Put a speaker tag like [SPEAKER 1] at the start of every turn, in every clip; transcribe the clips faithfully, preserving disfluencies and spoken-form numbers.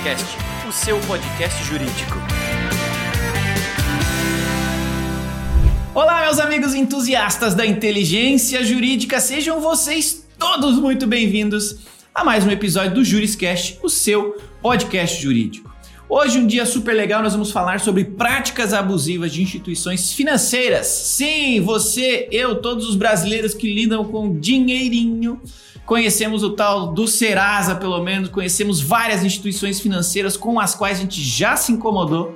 [SPEAKER 1] Juriscast, o seu podcast jurídico. Olá, meus amigos entusiastas da inteligência jurídica, sejam vocês todos muito bem-vindos a mais um episódio do Juriscast, o seu podcast jurídico. Hoje, um dia super legal, nós vamos falar sobre práticas abusivas de instituições financeiras. Sim, você, eu, todos os brasileiros que lidam com dinheirinho, conhecemos o tal do Serasa, pelo menos, conhecemos várias instituições financeiras com as quais a gente já se incomodou.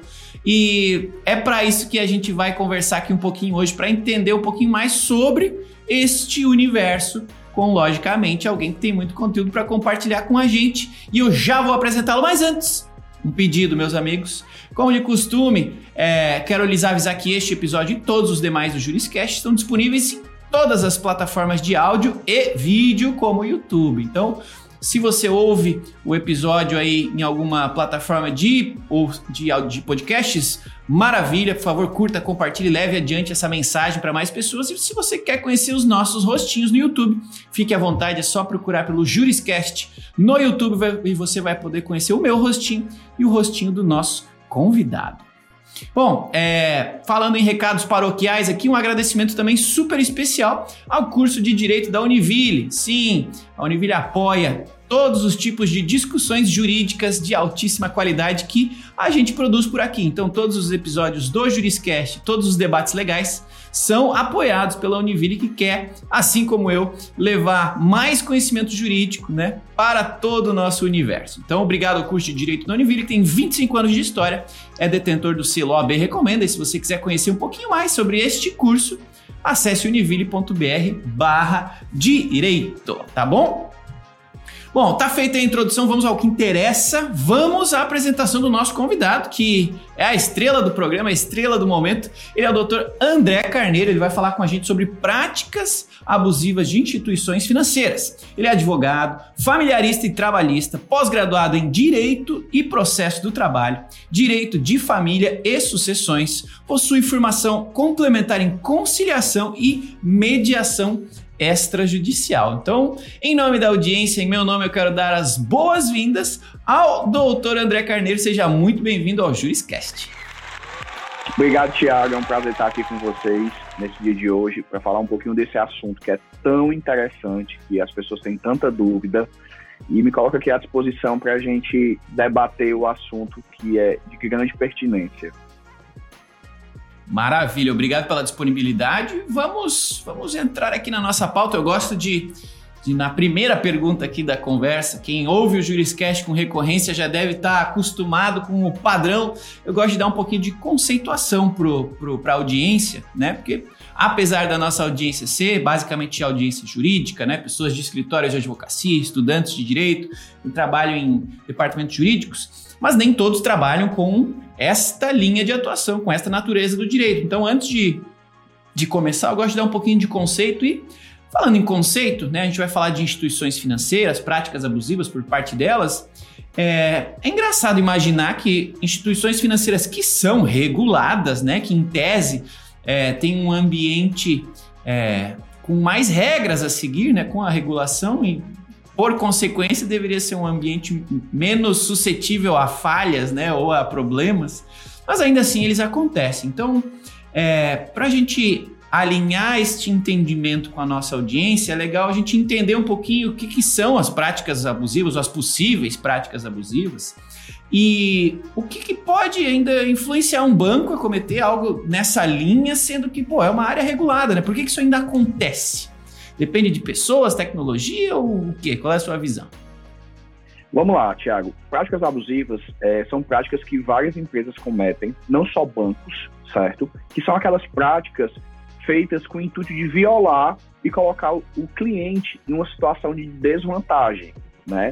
[SPEAKER 1] E é para isso que a gente vai conversar aqui um pouquinho hoje, para entender um pouquinho mais sobre este universo, com, logicamente, alguém que tem muito conteúdo para compartilhar com a gente. E eu já vou apresentá-lo, mas antes, um pedido, meus amigos. Como de costume, é, quero lhes avisar que este episódio e todos os demais do Juriscast estão disponíveis em todas as plataformas de áudio e vídeo, como o YouTube. Então, se você ouve o episódio aí em alguma plataforma de, ou de, de podcasts, maravilha, por favor, curta, compartilhe, leve adiante essa mensagem para mais pessoas. E se você quer conhecer os nossos rostinhos no YouTube, fique à vontade, é só procurar pelo Juriscast no YouTube e você vai poder conhecer o meu rostinho e o rostinho do nosso convidado. Bom, é, falando em recados paroquiais aqui, um agradecimento também super especial ao curso de Direito da Univille. Sim, a Univille apoia todos os tipos de discussões jurídicas de altíssima qualidade que a gente produz por aqui. Então, todos os episódios do Juriscast, todos os debates legais são apoiados pela Univille, que quer, assim como eu, levar mais conhecimento jurídico, né, para todo o nosso universo. Então, obrigado ao curso de Direito da Univille, que tem vinte e cinco anos de história, é detentor do selo O A B Recomenda. E se você quiser conhecer um pouquinho mais sobre este curso, acesse univille.br barra direito, tá bom? Bom, tá feita a introdução, vamos ao que interessa. Vamos à apresentação do nosso convidado, que é a estrela do programa, a estrela do momento. Ele é o doutor André Carneiro, ele vai falar com a gente sobre práticas abusivas de instituições financeiras. Ele é advogado, familiarista e trabalhista, pós-graduado em Direito e Processo do Trabalho, Direito de Família e Sucessões, possui formação complementar em conciliação e mediação extrajudicial. Então, em nome da audiência, em meu nome, eu quero dar as boas-vindas ao doutor André Carneiro. Seja muito bem-vindo ao Juriscast.
[SPEAKER 2] Obrigado, Thiago. É um prazer estar aqui com vocês nesse dia de hoje para falar um pouquinho desse assunto que é tão interessante, que as pessoas têm tanta dúvida, e me coloco aqui à disposição para a gente debater o assunto que é de grande pertinência.
[SPEAKER 1] Maravilha, obrigado pela disponibilidade. Vamos, vamos entrar aqui na nossa pauta. Eu gosto de, de, na primeira pergunta aqui da conversa, quem ouve o Juriscast com recorrência já deve estar acostumado com o padrão. Eu gosto de dar um pouquinho de conceituação para a audiência, né? Porque apesar da nossa audiência ser basicamente audiência jurídica, né? Pessoas de escritórios de advocacia, estudantes de direito, que trabalham em departamentos jurídicos, mas nem todos trabalham com esta linha de atuação, com esta natureza do direito. Então, antes de, de começar, eu gosto de dar um pouquinho de conceito. E falando em conceito, né, a gente vai falar de instituições financeiras, práticas abusivas por parte delas. É, é engraçado imaginar que instituições financeiras que são reguladas, né, que em tese é, tem um ambiente é, com mais regras a seguir, né, com a regulação, e por consequência, deveria ser um ambiente menos suscetível a falhas, né, ou a problemas, mas ainda assim eles acontecem. Então, é, para a gente alinhar este entendimento com a nossa audiência, é legal a gente entender um pouquinho o que, que são as práticas abusivas, ou as possíveis práticas abusivas, e o que, que pode ainda influenciar um banco a cometer algo nessa linha, sendo que, pô, é uma área regulada, né? Por que, que isso ainda acontece? Depende de pessoas, tecnologia ou o quê? Qual é a sua visão?
[SPEAKER 2] Vamos lá, Thiago. Práticas abusivas é, são práticas que várias empresas cometem, não só bancos, certo? Que são aquelas práticas feitas com o intuito de violar e colocar o, o cliente em uma situação de desvantagem, né?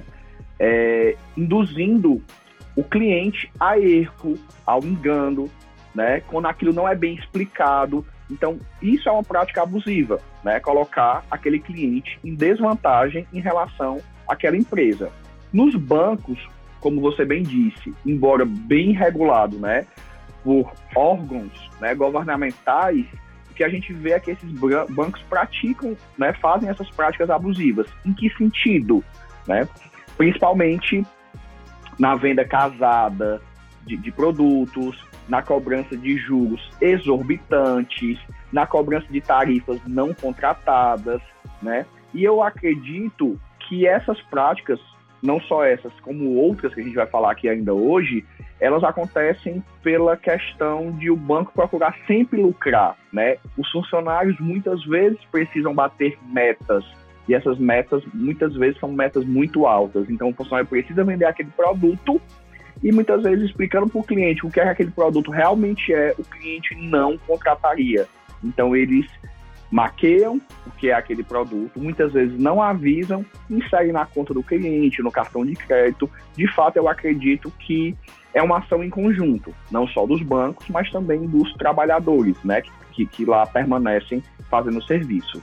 [SPEAKER 2] É, induzindo o cliente a erro, ao engano, né? Quando aquilo não é bem explicado. Então, isso é uma prática abusiva, né? Colocar aquele cliente em desvantagem em relação àquela empresa. Nos bancos, como você bem disse, embora bem regulado, né, por órgãos, né, governamentais, o que a gente vê é que esses bancos praticam, né, fazem essas práticas abusivas. Em que sentido? Né? Principalmente na venda casada de, de produtos, na cobrança de juros exorbitantes, na cobrança de tarifas não contratadas, né? E eu acredito que essas práticas, não só essas, como outras que a gente vai falar aqui ainda hoje, elas acontecem pela questão de o banco procurar sempre lucrar, né? Os funcionários muitas vezes precisam bater metas, e essas metas muitas vezes são metas muito altas. Então o funcionário precisa vender aquele produto e muitas vezes explicando para o cliente o que é que aquele produto realmente é, o cliente não contrataria. Então eles maqueiam o que é aquele produto, muitas vezes não avisam, inserem na conta do cliente, no cartão de crédito. De fato, eu acredito que é uma ação em conjunto, não só dos bancos, mas também dos trabalhadores, né, que, que lá permanecem fazendo o serviço.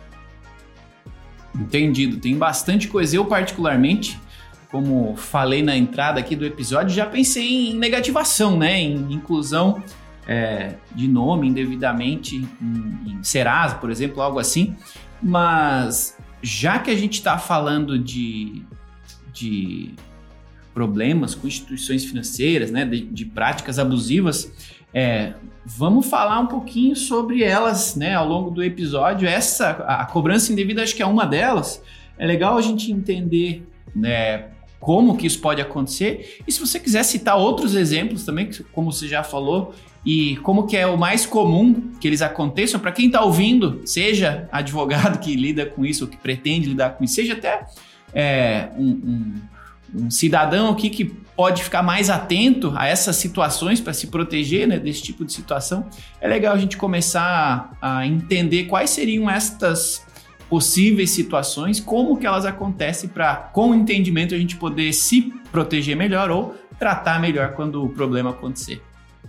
[SPEAKER 1] Entendido, tem bastante coisa. Eu particularmente, como falei na entrada aqui do episódio, já pensei em negativação, né, em inclusão É, de nome indevidamente em, em Serasa, por exemplo, algo assim. Mas já que a gente está falando de, de problemas com instituições financeiras, né, de, de práticas abusivas, é, vamos falar um pouquinho sobre elas, né, ao longo do episódio. Essa, a, a cobrança indevida, acho que é uma delas. É legal a gente entender, né, como que isso pode acontecer. E se você quiser citar outros exemplos também, como você já falou, e como que é o mais comum que eles aconteçam, para quem está ouvindo, seja advogado que lida com isso, ou que pretende lidar com isso, seja até é, um, um, um cidadão aqui que pode ficar mais atento a essas situações para se proteger, né, desse tipo de situação, é legal a gente começar a, a entender quais seriam estas possíveis situações, como que elas acontecem, para, com o entendimento, a gente poder se proteger melhor ou tratar melhor quando o problema acontecer.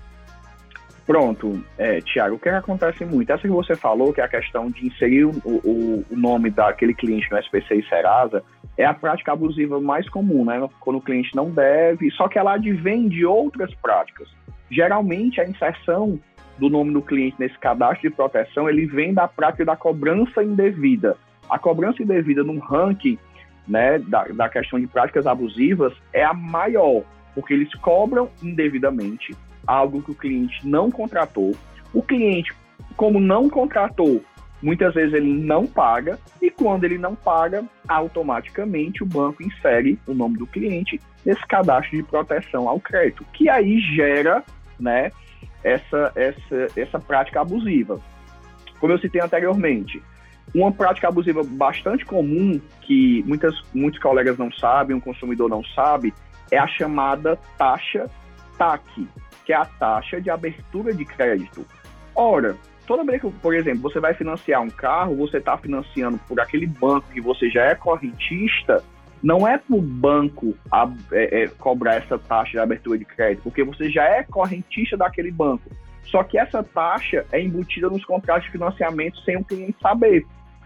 [SPEAKER 2] Pronto, é, Thiago, o que acontece muito? Essa que você falou, que é a questão de inserir o, o, o nome daquele cliente no S P C e Serasa, é a prática abusiva mais comum, né? Quando o cliente não deve, só que ela advém de outras práticas. Geralmente, a inserção do nome do cliente nesse cadastro de proteção, ele vem da prática da cobrança indevida. A cobrança indevida no ranking, né, da, da questão de práticas abusivas é a maior, porque eles cobram indevidamente algo que o cliente não contratou. O cliente, como não contratou, muitas vezes ele não paga, e quando ele não paga, automaticamente o banco insere o nome do cliente nesse cadastro de proteção ao crédito, que aí gera, né, essa, essa, essa prática abusiva. Como eu citei anteriormente, uma prática abusiva bastante comum, que muitas, muitos colegas não sabem, o consumidor não sabe, é a chamada taxa T A C, que é a taxa de abertura de crédito. Ora, toda vez que, por exemplo, você vai financiar um carro, você está financiando por aquele banco que você já é correntista, não é para o banco a, é, é, cobrar essa taxa de abertura de crédito, porque você já é correntista daquele banco. Só que essa taxa é embutida nos contratos de financiamento sem o cliente saber.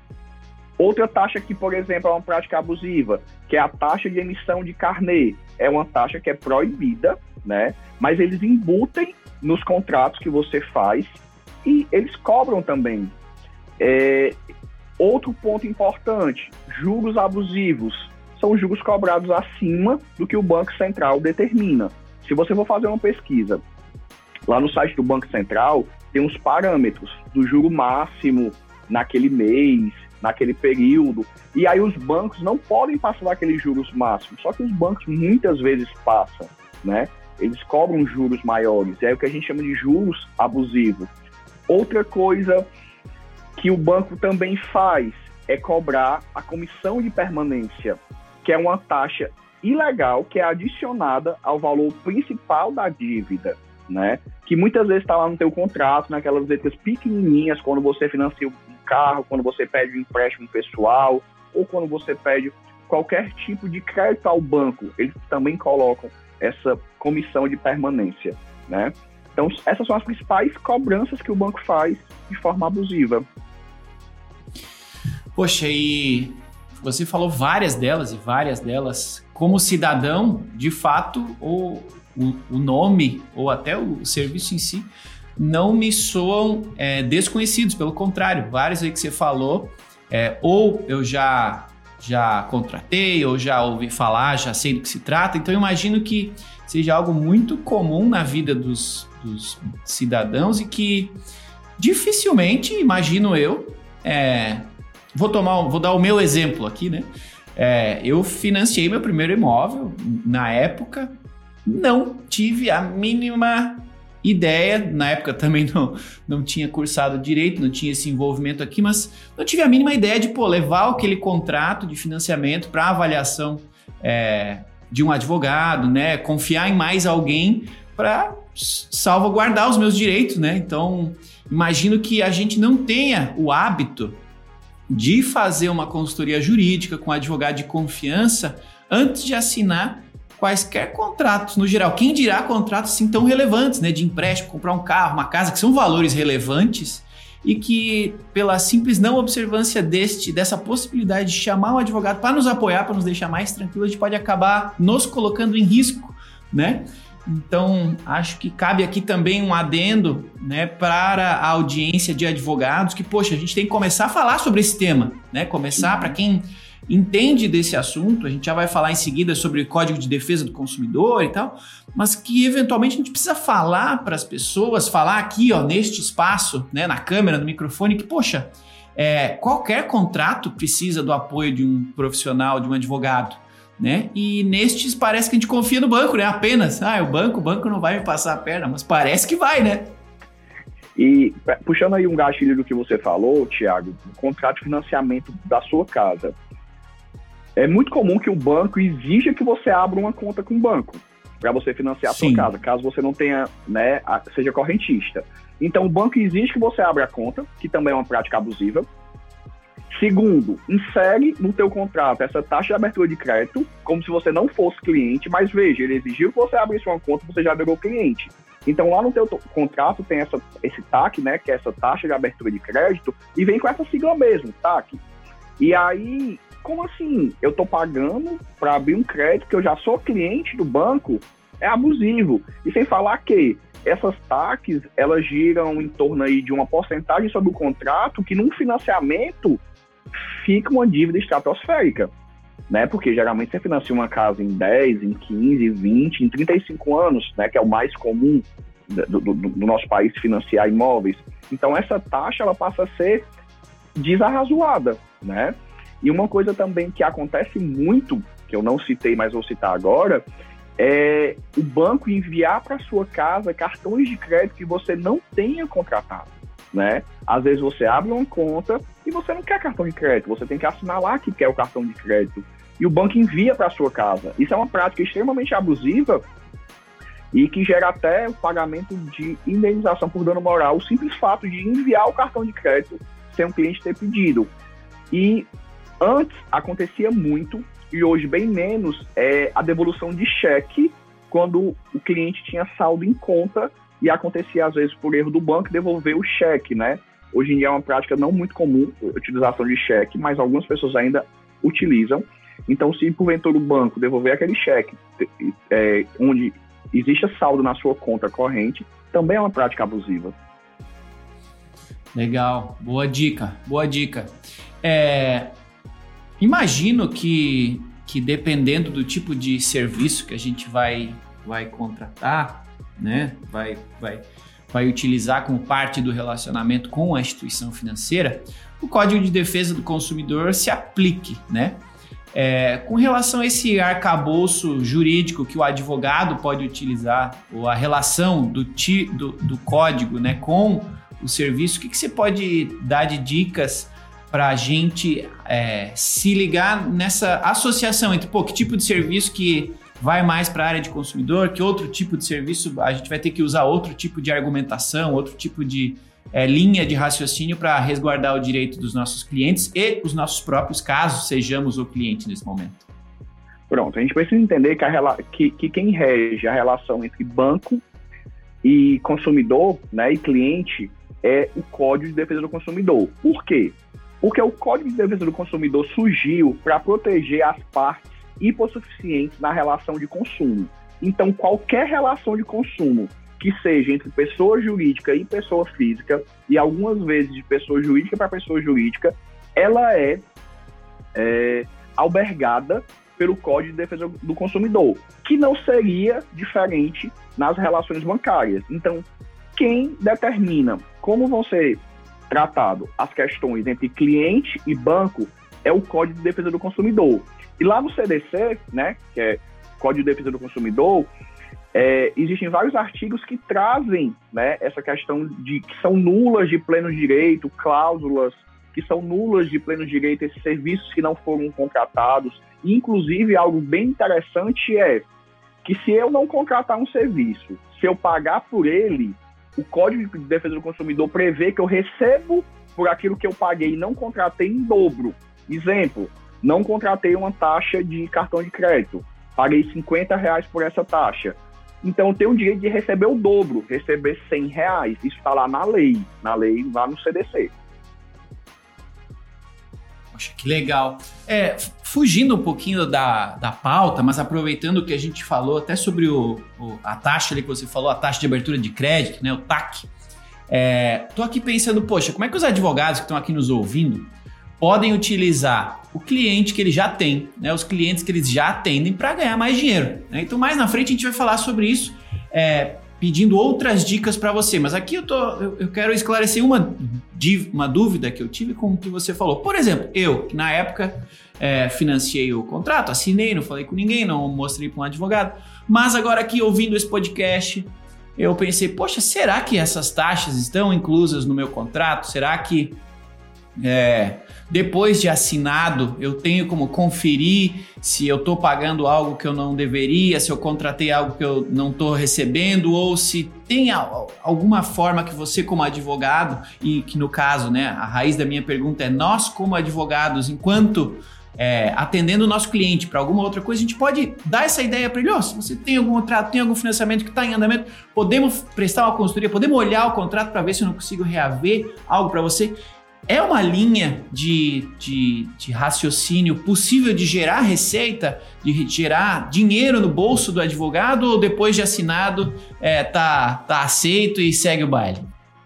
[SPEAKER 2] Outra taxa que, por exemplo, é uma prática abusiva, que é a taxa de emissão de carnê. É uma taxa que é proibida, né? Mas eles embutem nos contratos que você faz e eles cobram também. É, outro ponto importante, juros abusivos. São juros cobrados acima do que o Banco Central determina. Se você for fazer uma pesquisa, lá no site do Banco Central, tem uns parâmetros do juro máximo naquele mês, naquele período, e aí os bancos não podem passar aqueles juros máximos, só que os bancos muitas vezes passam, né? Eles cobram juros maiores, é o que a gente chama de juros abusivos. Outra coisa que o banco também faz é cobrar a comissão de permanência, que é uma taxa ilegal que é adicionada ao valor principal da dívida, né? Que muitas vezes está lá no teu contrato, naquelas letras pequenininhas, quando você financia um carro, quando você pede um empréstimo pessoal, ou quando você pede qualquer tipo de crédito ao banco, eles também colocam essa comissão de permanência, né? Então, essas são as principais cobranças que o banco faz de forma abusiva.
[SPEAKER 1] Poxa, e você falou várias delas, e várias delas, como cidadão, de fato, o, o, o nome, ou até o serviço em si, não me soam é, desconhecidos, pelo contrário, vários aí que você falou, é, ou eu já já contratei ou já ouvi falar, já sei do que se trata. Então, eu imagino que seja algo muito comum na vida dos, dos cidadãos e que dificilmente, imagino eu, é, vou, tomar, vou dar o meu exemplo aqui, né? É, eu financiei meu primeiro imóvel na época, não tive a mínima ideia, na época também não, não tinha cursado direito, não tinha esse envolvimento aqui, mas não tive a mínima ideia de pô, levar aquele contrato de financiamento para avaliação é, de um advogado, né? Confiar em mais alguém para salvaguardar os meus direitos, né? Então, imagino que a gente não tenha o hábito de fazer uma consultoria jurídica com um advogado de confiança antes de assinar quaisquer contratos, no geral. Quem dirá contratos assim tão relevantes, né? De empréstimo, comprar um carro, uma casa, que são valores relevantes e que, pela simples não observância deste, dessa possibilidade de chamar um advogado para nos apoiar, para nos deixar mais tranquilos, a gente pode acabar nos colocando em risco, né? Então, acho que cabe aqui também um adendo, né, para a audiência de advogados, que, poxa, a gente tem que começar a falar sobre esse tema, né? Começar para quem entende desse assunto, a gente já vai falar em seguida sobre o Código de Defesa do Consumidor e tal, mas que eventualmente a gente precisa falar para as pessoas, falar aqui, ó, neste espaço, né, na câmera, no microfone, que, poxa, é, qualquer contrato precisa do apoio de um profissional, de um advogado, né? E nestes parece que a gente confia no banco, né? Apenas, ah, o banco, o banco não vai me passar a perna, mas parece que vai, né?
[SPEAKER 2] E puxando aí um gatilho do que você falou, Thiago, o contrato de financiamento da sua casa. É muito comum que o banco exija que você abra uma conta com o banco para você financiar a
[SPEAKER 1] Sim.
[SPEAKER 2] sua casa, caso você não tenha, né, seja correntista. Então, o banco exige que você abra a conta, que também é uma prática abusiva. Segundo, insere no teu contrato essa taxa de abertura de crédito, como se você não fosse cliente, mas veja, ele exigiu que você abrisse uma conta, você já virou cliente. Então, lá no teu contrato tem essa, esse T A C, né, que é essa taxa de abertura de crédito, e vem com essa sigla mesmo, T A C. E aí, como assim? Eu tô pagando para abrir um crédito que eu já sou cliente do banco? É abusivo. E sem falar que essas T A Cs, elas giram em torno aí de uma porcentagem sobre o contrato que num financiamento fica uma dívida estratosférica, né? Porque geralmente você financia uma casa em dez, em quinze, vinte, em trinta e cinco anos, né? Que é o mais comum do, do, do nosso país financiar imóveis. Então essa taxa ela passa a ser desarrazoada, né? E uma coisa também que acontece muito, que eu não citei, mas vou citar agora, é o banco enviar para sua casa cartões de crédito que você não tenha contratado, né? Às vezes você abre uma conta e você não quer cartão de crédito, você tem que assinar lá que quer o cartão de crédito e o banco envia para sua casa. Isso é uma prática extremamente abusiva e que gera até o pagamento de indenização por dano moral, o simples fato de enviar o cartão de crédito sem o cliente ter pedido. E antes acontecia muito, e hoje bem menos, é a devolução de cheque quando o cliente tinha saldo em conta e acontecia, às vezes, por erro do banco, devolver o cheque, né? Hoje em dia é uma prática não muito comum, a utilização de cheque, mas algumas pessoas ainda utilizam. Então, se porventura o banco devolver aquele cheque é, onde existe saldo na sua conta corrente, também é uma prática abusiva.
[SPEAKER 1] Legal, boa dica, boa dica. É... Imagino que, que dependendo do tipo de serviço que a gente vai, vai contratar, né, vai, vai, vai utilizar como parte do relacionamento com a instituição financeira, o Código de Defesa do Consumidor se aplique, né? É, com relação a esse arcabouço jurídico que o advogado pode utilizar, ou a relação do, ti, do, do código, né, com o serviço, o que, que você pode dar de dicas para a gente é, se ligar nessa associação entre, pô, que tipo de serviço que vai mais para a área de consumidor, que outro tipo de serviço a gente vai ter que usar outro tipo de argumentação, outro tipo de é, linha de raciocínio para resguardar o direito dos nossos clientes e os nossos próprios casos, sejamos o cliente nesse momento.
[SPEAKER 2] Pronto, a gente precisa entender que, a, que, que quem rege a relação entre banco e consumidor, né, e cliente é o Código de Defesa do Consumidor. Por quê? Porque o Código de Defesa do Consumidor surgiu para proteger as partes hipossuficientes na relação de consumo. Então, qualquer relação de consumo que seja entre pessoa jurídica e pessoa física, e algumas vezes de pessoa jurídica para pessoa jurídica, ela é, é albergada pelo Código de Defesa do Consumidor, que não seria diferente nas relações bancárias. Então, quem determina como vão ser tratadas as questões entre cliente e banco é o Código de Defesa do Consumidor. E lá no C D C, né, que é Código de Defesa do Consumidor, é, existem vários artigos que trazem, né, essa questão de que são nulas de pleno direito, cláusulas que são nulas de pleno direito, esses serviços que não foram contratados. Inclusive, algo bem interessante é que se eu não contratar um serviço, se eu pagar por ele, o Código de Defesa do Consumidor prevê que eu recebo por aquilo que eu paguei e não contratei em dobro. Exemplo, não contratei uma taxa de cartão de crédito, paguei cinquenta reais por essa taxa. Então, eu tenho o direito de receber o dobro, receber cem reais. Isso está lá na lei, na lei lá no C D C.
[SPEAKER 1] Poxa, que legal. É, fugindo um pouquinho da, da pauta, mas aproveitando que a gente falou até sobre o, o, a taxa ali que você falou, a taxa de abertura de crédito, né, o T A C. É, tô aqui pensando, poxa, como é que os advogados que estão aqui nos ouvindo podem utilizar o cliente que ele já tem, né, os clientes que eles já atendem para ganhar mais dinheiro, né? Então, mais na frente a gente vai falar sobre isso, é, pedindo outras dicas para você. Mas aqui eu, tô, eu, eu quero esclarecer uma, uma dúvida que eu tive com o que você falou. Por exemplo, eu, que na época é, financiei o contrato, assinei, não falei com ninguém, não mostrei para um advogado, mas agora aqui ouvindo esse podcast, eu pensei, poxa, será que essas taxas estão inclusas no meu contrato? Será que é, depois de assinado eu tenho como conferir se eu estou pagando algo que eu não deveria, se eu contratei algo que eu não estou recebendo, ou se tem alguma forma que você como advogado, e que no caso, né, a raiz da minha pergunta é nós como advogados, enquanto é, atendendo o nosso cliente para alguma outra coisa, a gente pode dar essa ideia para ele, ó, se você tem algum contrato, tem algum financiamento que está em andamento, podemos prestar uma consultoria, podemos olhar o contrato para ver se eu não consigo reaver algo para você. É uma linha de, de, de raciocínio possível de gerar receita, de gerar dinheiro no bolso do advogado, ou depois de assinado é, tá, tá aceito e segue o baile?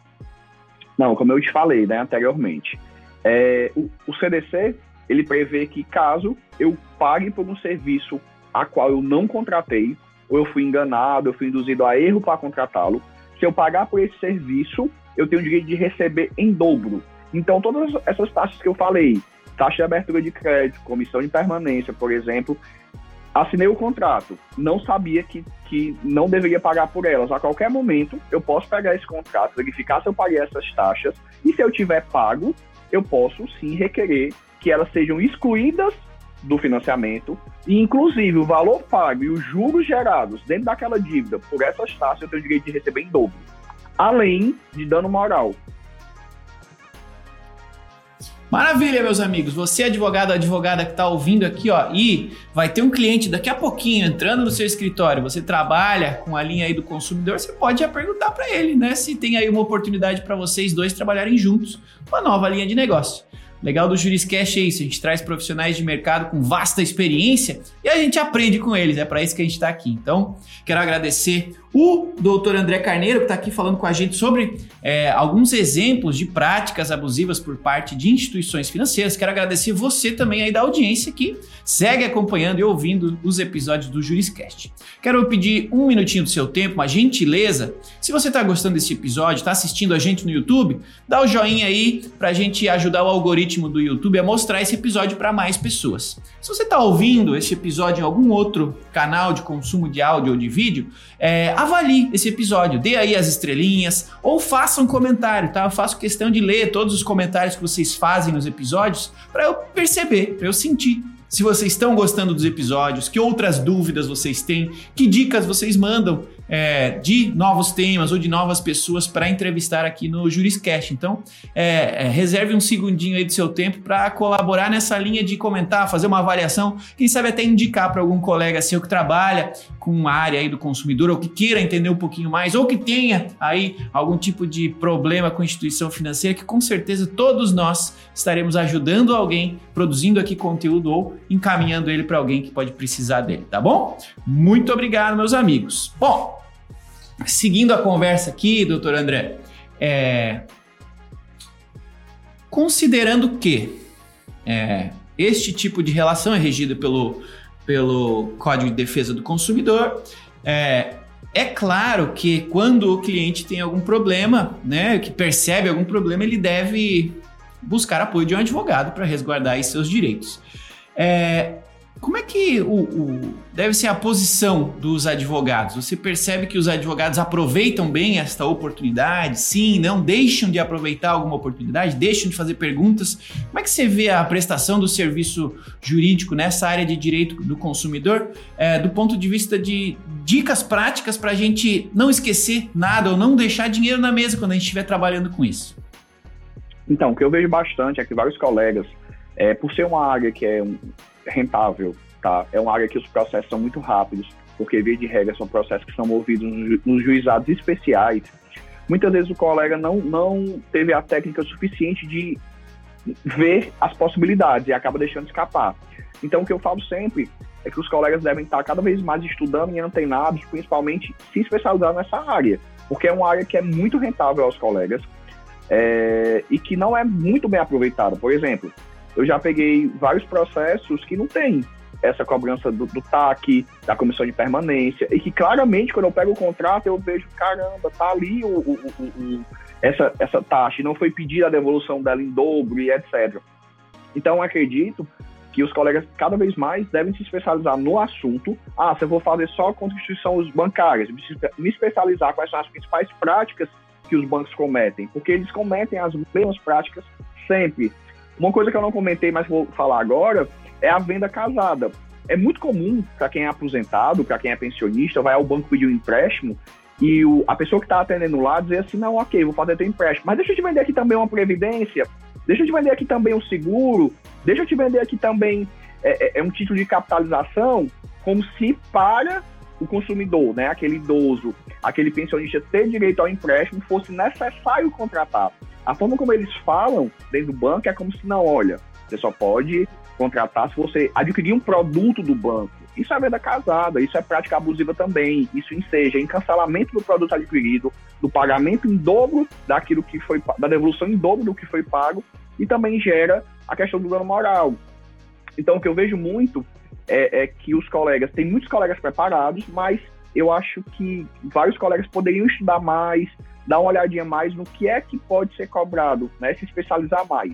[SPEAKER 2] Não, como eu te falei, né, anteriormente, é, o, o C D C ele prevê que caso eu pague por um serviço a qual eu não contratei, ou eu fui enganado, eu fui induzido a erro para contratá-lo, se eu pagar por esse serviço, eu tenho o direito de receber em dobro. Então, todas essas taxas que eu falei, taxa de abertura de crédito, comissão de permanência, por exemplo, assinei o contrato, não sabia que, que não deveria pagar por elas. A qualquer momento, eu posso pegar esse contrato, verificar se eu paguei essas taxas, e se eu tiver pago, eu posso sim requerer que elas sejam excluídas do financiamento, e inclusive o valor pago e os juros gerados dentro daquela dívida por essas taxas, eu tenho o direito de receber em dobro, além de dano moral.
[SPEAKER 1] Maravilha, meus amigos. Você, advogado, advogada que está ouvindo aqui, ó, e vai ter um cliente daqui a pouquinho entrando no seu escritório, você trabalha com a linha aí do consumidor, você pode já perguntar para ele, né, se tem aí uma oportunidade para vocês dois trabalharem juntos, uma nova linha de negócio. O legal do Juriscast é isso, a gente traz profissionais de mercado com vasta experiência e a gente aprende com eles, é para isso que a gente está aqui. Então, quero agradecer o doutor André Carneiro, que está aqui falando com a gente sobre é, alguns exemplos de práticas abusivas por parte de instituições financeiras. Quero agradecer você também aí da audiência que segue acompanhando e ouvindo os episódios do Juriscast. Quero pedir um minutinho do seu tempo, uma gentileza. Se você está gostando desse episódio, está assistindo a gente no YouTube, dá o joinha aí para a gente ajudar o algoritmo do YouTube a mostrar esse episódio para mais pessoas. Se você está ouvindo esse episódio em algum outro canal de consumo de áudio ou de vídeo, é, avalie esse episódio, dê aí as estrelinhas ou faça um comentário, tá? Eu faço questão de ler todos os comentários que vocês fazem nos episódios para eu perceber, para eu sentir se vocês estão gostando dos episódios, que outras dúvidas vocês têm, que dicas vocês mandam é, de novos temas ou de novas pessoas para entrevistar aqui no Juriscast. Então, é, é, reserve um segundinho aí do seu tempo para colaborar nessa linha de comentar, fazer uma avaliação, quem sabe até indicar para algum colega seu que trabalha com a área aí do consumidor ou que queira entender um pouquinho mais ou que tenha aí algum tipo de problema com instituição financeira, que com certeza todos nós estaremos ajudando alguém, produzindo aqui conteúdo ou encaminhando ele para alguém que pode precisar dele, tá bom? Muito obrigado, meus amigos. Bom, seguindo a conversa aqui, doutor André, é... considerando que é... este tipo de relação é regido pelo, pelo Código de Defesa do Consumidor. É, é claro que quando o cliente tem algum problema, né, que percebe algum problema, ele deve buscar apoio de um advogado para resguardar aí seus direitos. É, como é que o, o, deve ser a posição dos advogados? Você percebe que os advogados aproveitam bem esta oportunidade? Sim, não? Deixam de aproveitar alguma oportunidade? Deixam de fazer perguntas? Como é que você vê a prestação do serviço jurídico nessa área de direito do consumidor, é, do ponto de vista de dicas práticas para a gente não esquecer nada ou não deixar dinheiro na mesa quando a gente estiver trabalhando com isso?
[SPEAKER 2] Então, o que eu vejo bastante é que vários colegas, é, por ser uma área que é um, rentável, tá? É uma área que os processos são muito rápidos, porque, via de regra, são processos que são movidos nos, nos juizados especiais. Muitas vezes o colega não, não teve a técnica suficiente de ver as possibilidades e acaba deixando escapar. Então, o que eu falo sempre é que os colegas devem estar cada vez mais estudando e antenados, principalmente se especializar nessa área, porque é uma área que é muito rentável aos colegas, É, e que não é muito bem aproveitada. Por exemplo, eu já peguei vários processos que não tem essa cobrança do, do T A C, da comissão de permanência, e que claramente, quando eu pego o contrato, eu vejo, caramba, tá ali o, o, o, o, essa, essa taxa, e não foi pedida a devolução dela em dobro, e etcétera. Então, eu acredito que os colegas cada vez mais devem se especializar no assunto. Ah, se eu vou fazer só contra instituições bancárias, me especializar quais são as principais práticas que os bancos cometem, porque eles cometem as mesmas práticas sempre. Uma coisa que eu não comentei, mas vou falar agora, é a venda casada. É muito comum para quem é aposentado, para quem é pensionista, vai ao banco pedir um empréstimo e o, a pessoa que está atendendo lá dizer assim, não, ok, vou fazer teu empréstimo, mas deixa eu te vender aqui também uma previdência, deixa eu te vender aqui também um seguro, deixa eu te vender aqui também é, é, é um título de capitalização, como se para o consumidor, né, aquele idoso, aquele pensionista ter direito ao empréstimo, fosse necessário contratar. A forma como eles falam dentro do banco é como se, não, olha, você só pode contratar se você adquirir um produto do banco. Isso é venda casada, isso é prática abusiva também, isso enseja em cancelamento do produto adquirido, do pagamento em dobro daquilo que foi, da devolução em dobro do que foi pago, e também gera a questão do dano moral. Então, o que eu vejo muito é, é que os colegas, tem muitos colegas preparados, mas eu acho que vários colegas poderiam estudar mais, dar uma olhadinha mais no que é que pode ser cobrado, né? Se especializar mais.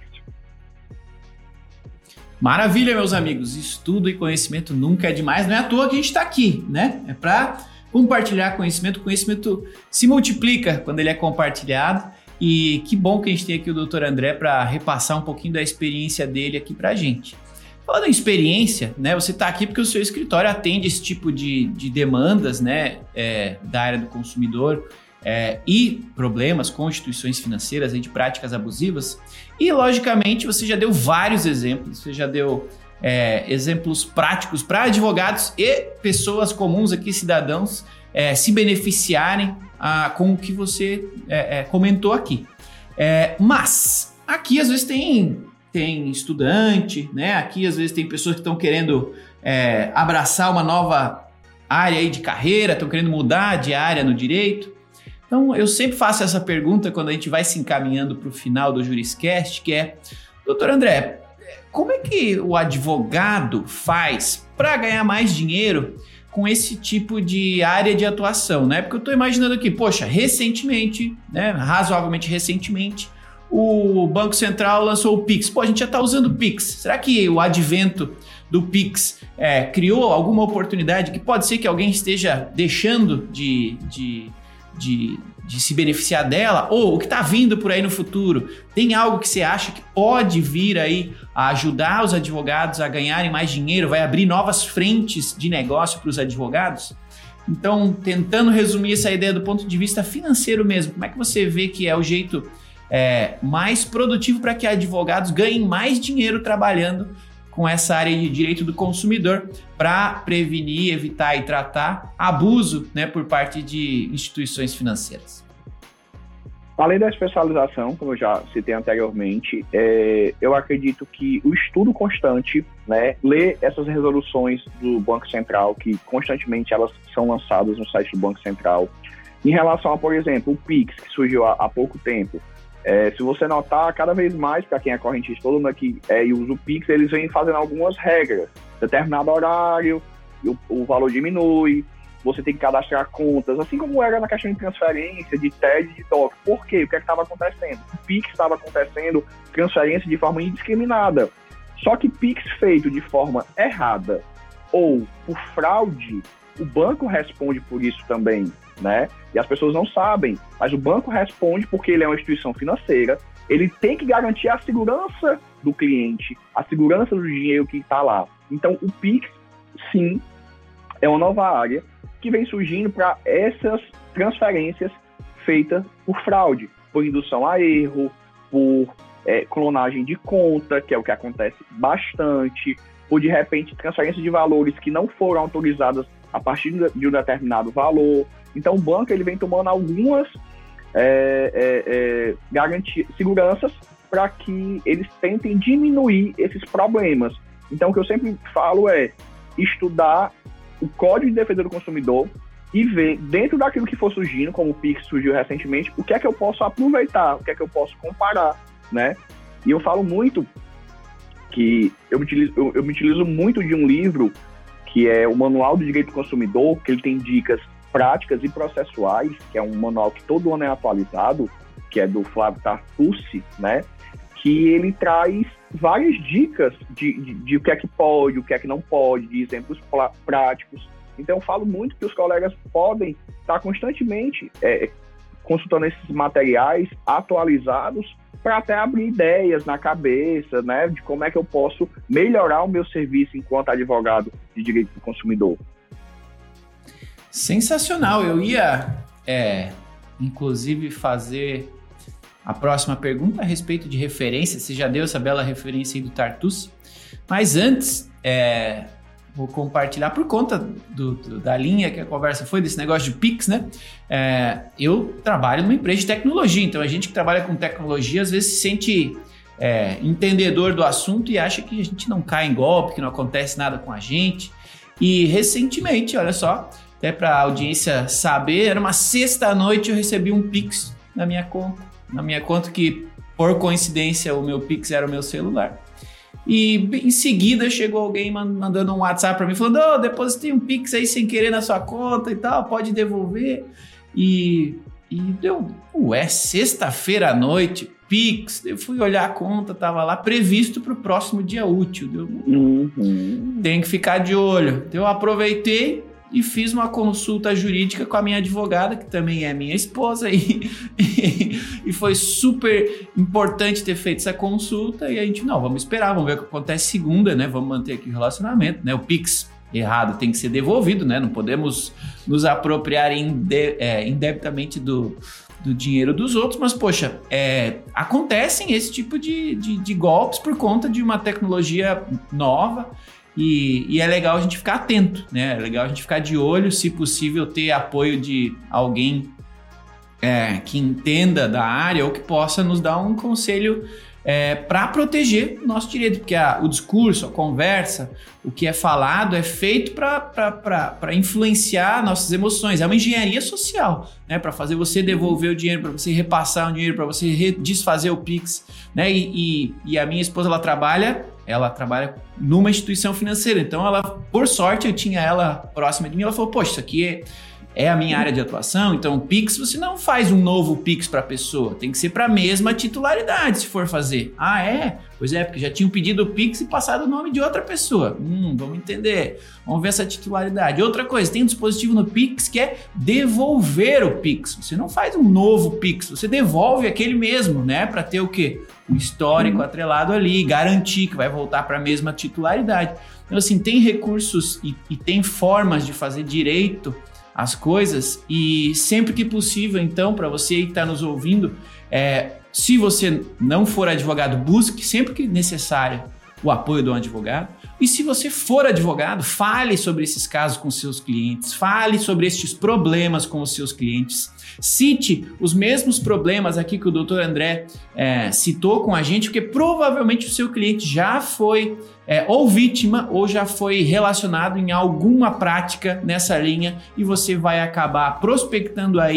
[SPEAKER 1] Maravilha, meus amigos. Estudo e conhecimento nunca é demais. Não é à toa que a gente está aqui, né? É para compartilhar conhecimento. O conhecimento se multiplica quando ele é compartilhado. E que bom que a gente tem aqui o doutor André para repassar um pouquinho da experiência dele aqui para a gente. Falando em experiência, né, você está aqui porque o seu escritório atende esse tipo de, de demandas, né, é, da área do consumidor é, e problemas com instituições financeiras aí, de práticas abusivas. E, logicamente, você já deu vários exemplos, você já deu é, exemplos práticos para advogados e pessoas comuns aqui, cidadãos, é, se beneficiarem a, com o que você é, é, comentou aqui. É, mas, aqui às vezes tem... tem estudante, né? Aqui às vezes tem pessoas que estão querendo é, abraçar uma nova área aí de carreira, estão querendo mudar de área no direito. Então eu sempre faço essa pergunta quando a gente vai se encaminhando para o final do Juriscast, que é, doutor André, como é que o advogado faz para ganhar mais dinheiro com esse tipo de área de atuação, né? Porque eu estou imaginando aqui, poxa, recentemente, né? Razoavelmente recentemente, o Banco Central lançou o Pix. Pô, a gente já está usando o Pix. Será que o advento do Pix é, criou alguma oportunidade que pode ser que alguém esteja deixando de, de, de, de se beneficiar dela? Ou o que está vindo por aí no futuro? Tem algo que você acha que pode vir aí a ajudar os advogados a ganharem mais dinheiro? Vai abrir novas frentes de negócio para os advogados? Então, tentando resumir essa ideia do ponto de vista financeiro mesmo, como é que você vê que é o jeito... É, mais produtivo para que advogados ganhem mais dinheiro trabalhando com essa área de direito do consumidor para prevenir, evitar e tratar abuso, né, por parte de instituições financeiras?
[SPEAKER 2] Além da especialização, como eu já citei anteriormente, é, eu acredito que o estudo constante, né, ler essas resoluções do Banco Central, que constantemente elas são lançadas no site do Banco Central, em relação a, por exemplo, o Pix, que surgiu há, há pouco tempo, É, se você notar, cada vez mais, para quem é correntista, todo mundo aqui é, e usa o Pix, eles vêm fazendo algumas regras. Determinado horário, o, o valor diminui, você tem que cadastrar contas, assim como era na questão de transferência, de T E D, de T O C. Por quê? O que é estava acontecendo? O Pix estava acontecendo transferência de forma indiscriminada. Só que Pix feito de forma errada ou por fraude, o banco responde por isso também, né? E as pessoas não sabem, mas o banco responde porque ele é uma instituição financeira, ele tem que garantir a segurança do cliente, a segurança do dinheiro que está lá. Então, o Pix, sim, é uma nova área que vem surgindo para essas transferências feitas por fraude, por indução a erro, por é, clonagem de conta, que é o que acontece bastante, por, de repente, transferência de valores que não foram autorizadas a partir de um determinado valor. Então, o banco ele vem tomando algumas é, é, é, garantias, seguranças para que eles tentem diminuir esses problemas. Então, o que eu sempre falo é estudar o Código de Defesa do Consumidor e ver, dentro daquilo que for surgindo, como o Pix surgiu recentemente, o que é que eu posso aproveitar, o que é que eu posso comparar, né? E eu falo muito que eu me utilizo, eu, eu me utilizo muito de um livro que é o Manual do Direito do Consumidor, que ele tem dicas práticas e processuais, que é um manual que todo ano é atualizado, que é do Flávio Tartucci, né? Que ele traz várias dicas de, de, de o que é que pode, o que é que não pode, de exemplos práticos. Então, eu falo muito que os colegas podem estar constantemente é, consultando esses materiais atualizados para até abrir ideias na cabeça, né, de como é que eu posso melhorar o meu serviço enquanto advogado de direito do consumidor.
[SPEAKER 1] Sensacional. Eu ia, é, inclusive, fazer a próxima pergunta a respeito de referência. Você já deu essa bela referência aí do Tartucci. Mas antes, é, vou compartilhar por conta do, do, da linha que a conversa foi, desse negócio de Pix, né? É, eu trabalho numa empresa de tecnologia, então a gente que trabalha com tecnologia às vezes se sente é, entendedor do assunto e acha que a gente não cai em golpe, que não acontece nada com a gente. E recentemente, olha só, até para a audiência saber, era uma sexta-noite eu recebi um Pix na minha conta. Na minha conta que, por coincidência, o meu Pix era o meu celular. E em seguida chegou alguém mandando um WhatsApp para mim, falando, oh, depositei um Pix aí sem querer na sua conta e tal, pode devolver. E, e deu, ué, sexta-feira à noite, Pix, eu fui olhar a conta, tava lá previsto para o próximo dia útil. Deu, uhum. Tem que ficar de olho. Então eu aproveitei e fiz uma consulta jurídica com a minha advogada, que também é minha esposa, e, e, e foi super importante ter feito essa consulta, e a gente, não, vamos esperar, vamos ver o que acontece segunda, né, vamos manter aqui o relacionamento, né, o Pix errado tem que ser devolvido, né, não podemos nos apropriar inde, é, indebitamente do, do dinheiro dos outros, mas, poxa, é, acontecem esse tipo de, de, de golpes por conta de uma tecnologia nova. E, e é legal a gente ficar atento, né? É legal a gente ficar de olho, se possível ter apoio de alguém é, que entenda da área ou que possa nos dar um conselho é, para proteger o nosso direito, porque a, o discurso, a conversa, o que é falado é feito para influenciar nossas emoções, é uma engenharia social, né? Para fazer você devolver o dinheiro, para você repassar o dinheiro, para você desfazer o Pix, né? E, e, e a minha esposa, ela trabalha Ela trabalha numa instituição financeira, então ela, por sorte, eu tinha ela próxima de mim, ela falou, poxa, isso aqui é, é a minha área de atuação, então o Pix, você não faz um novo Pix para a pessoa, tem que ser para a mesma titularidade se for fazer. Ah, é? Pois é, porque já tinham pedido o Pix e passado o nome de outra pessoa. Hum, vamos entender, vamos ver essa titularidade. Outra coisa, tem um dispositivo no Pix que é devolver o Pix, você não faz um novo Pix, você devolve aquele mesmo, né, para ter o quê? O histórico hum. atrelado ali, garantir que vai voltar para a mesma titularidade. Então, assim, tem recursos e, e tem formas de fazer direito as coisas e sempre que possível, então, para você que está nos ouvindo, é, se você não for advogado, busque sempre que necessário o apoio de um advogado. E se você for advogado, fale sobre esses casos com seus clientes, fale sobre estes problemas com os seus clientes, cite os mesmos problemas aqui que o doutor André é, citou com a gente, porque provavelmente o seu cliente já foi é, ou vítima ou já foi relacionado em alguma prática nessa linha e você vai acabar prospectando aí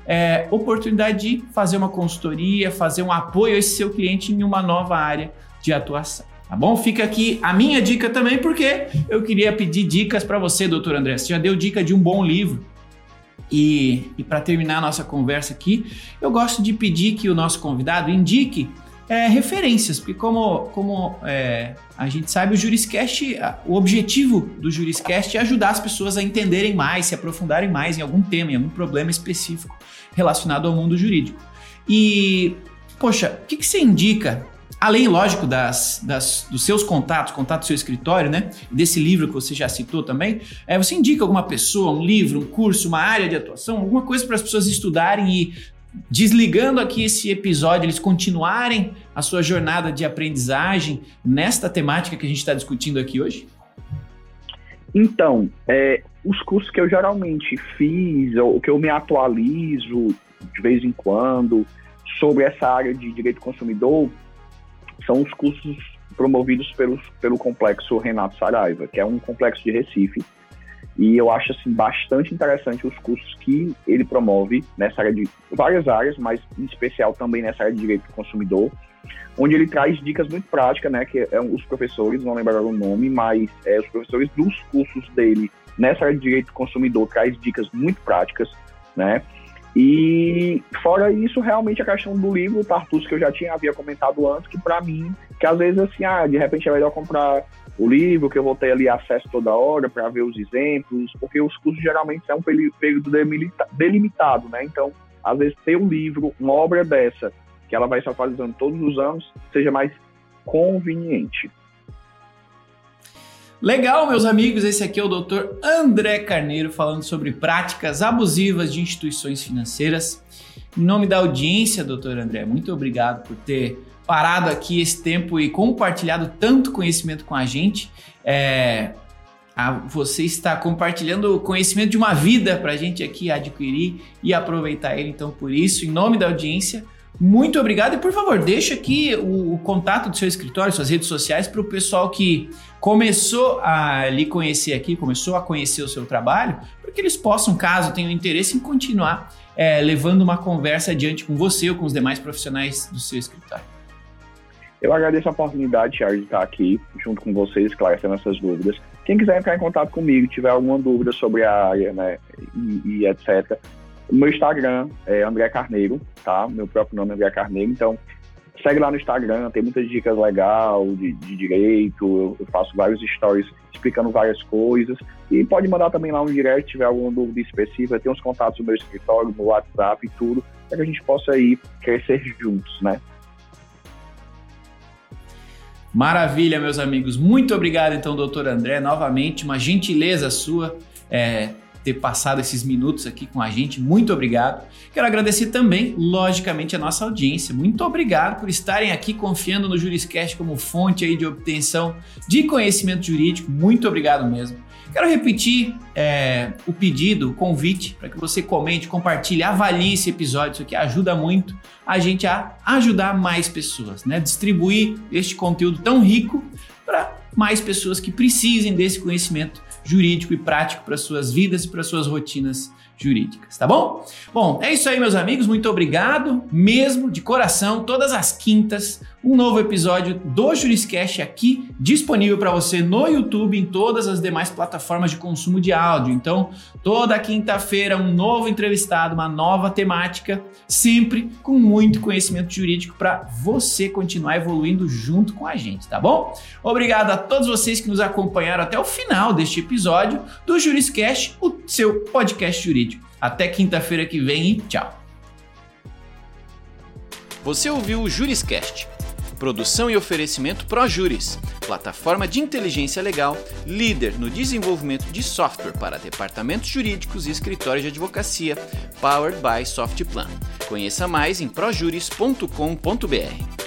[SPEAKER 1] é, oportunidade de fazer uma consultoria, fazer um apoio a esse seu cliente em uma nova área de atuação. Tá bom? Fica aqui a minha dica também, porque eu queria pedir dicas para você, doutor André. Você já deu dica de um bom livro. E, e para terminar a nossa conversa aqui, eu gosto de pedir que o nosso convidado indique é, referências, porque como, como é, a gente sabe, o Juriscast, o objetivo do Juriscast é ajudar as pessoas a entenderem mais, se aprofundarem mais em algum tema, em algum problema específico relacionado ao mundo jurídico. E, poxa, o que, que você indica? Além, lógico, das, das, dos seus contatos, contato do seu escritório, né? Desse livro que você já citou também, é, você indica alguma pessoa, um livro, um curso, uma área de atuação, alguma coisa para as pessoas estudarem e, desligando aqui esse episódio, eles continuarem a sua jornada de aprendizagem nesta temática que a gente está discutindo aqui hoje?
[SPEAKER 2] Então, é, os cursos que eu geralmente fiz, ou que eu me atualizo de vez em quando sobre essa área de direito do consumidor, são os cursos promovidos pelos, pelo Complexo Renato Saraiva, que é um complexo de Recife. E eu acho assim, bastante interessante os cursos que ele promove nessa área de várias áreas, mas em especial também nessa área de direito do consumidor, onde ele traz dicas muito práticas, né, que é os professores, não lembro o nome, mas é, os professores dos cursos dele nessa área de direito do consumidor traz dicas muito práticas, né? E fora isso, realmente a questão do livro, o Tartusso, que eu já tinha havia comentado antes, que para mim, que às vezes assim, ah, de repente é melhor comprar o livro, que eu vou ter ali acesso toda hora para ver os exemplos, porque os cursos geralmente são um período delimitado, né? Então, às vezes ter um livro, uma obra dessa, que ela vai se atualizando todos os anos, seja mais conveniente.
[SPEAKER 1] Legal, meus amigos, esse aqui é o doutor André Carneiro falando sobre práticas abusivas de instituições financeiras. Em nome da audiência, doutor André, muito obrigado por ter parado aqui esse tempo e compartilhado tanto conhecimento com a gente. É, a, você está compartilhando o conhecimento de uma vida para a gente aqui adquirir e aproveitar ele. Então, por isso, em nome da audiência, muito obrigado. E, por favor, deixa aqui o, o contato do seu escritório, suas redes sociais, para o pessoal que começou a lhe conhecer aqui, começou a conhecer o seu trabalho, para que eles possam, caso tenham interesse, em continuar é, levando uma conversa adiante com você ou com os demais profissionais do seu escritório.
[SPEAKER 2] Eu agradeço a oportunidade, Thiago, de estar aqui junto com vocês, esclarecendo essas dúvidas. Quem quiser entrar em contato comigo, tiver alguma dúvida sobre a área, né, e, e etcétera, o meu Instagram é André Carneiro, tá? Meu próprio nome é André Carneiro, então segue lá no Instagram, tem muitas dicas legais de, de direito, eu, eu faço vários stories explicando várias coisas, e pode mandar também lá um direct se tiver alguma dúvida específica, tem os contatos do meu escritório, no WhatsApp e tudo, para que a gente possa ir crescer juntos, né?
[SPEAKER 1] Maravilha, meus amigos. Muito obrigado, então, doutor André. Novamente, uma gentileza sua é, ter passado esses minutos aqui com a gente. Muito obrigado. Quero agradecer também, logicamente, a nossa audiência. Muito obrigado por estarem aqui confiando no Juriscast como fonte aí de obtenção de conhecimento jurídico. Muito obrigado mesmo. Quero repetir é, o pedido, o convite, para que você comente, compartilhe, avalie esse episódio. Isso aqui ajuda muito a gente a ajudar mais pessoas, né? Distribuir este conteúdo tão rico para mais pessoas que precisem desse conhecimento jurídico e prático para suas vidas e para suas rotinas jurídicas, tá bom? Bom, é isso aí, meus amigos. Muito obrigado mesmo, de coração. Todas as quintas, um novo episódio do Juriscast aqui, disponível para você no YouTube, em todas as demais plataformas de consumo de áudio. Então, toda quinta-feira, um novo entrevistado, uma nova temática, sempre com muito conhecimento jurídico para você continuar evoluindo junto com a gente, tá bom? Obrigado a todos vocês que nos acompanharam até o final deste episódio do Juriscast, o seu podcast jurídico. Até quinta-feira que vem e tchau.
[SPEAKER 3] Você ouviu o Juriscast, produção e oferecimento ProJuris, plataforma de inteligência legal, líder no desenvolvimento de software para departamentos jurídicos e escritórios de advocacia, powered by Softplan. Conheça mais em projuris ponto com ponto br.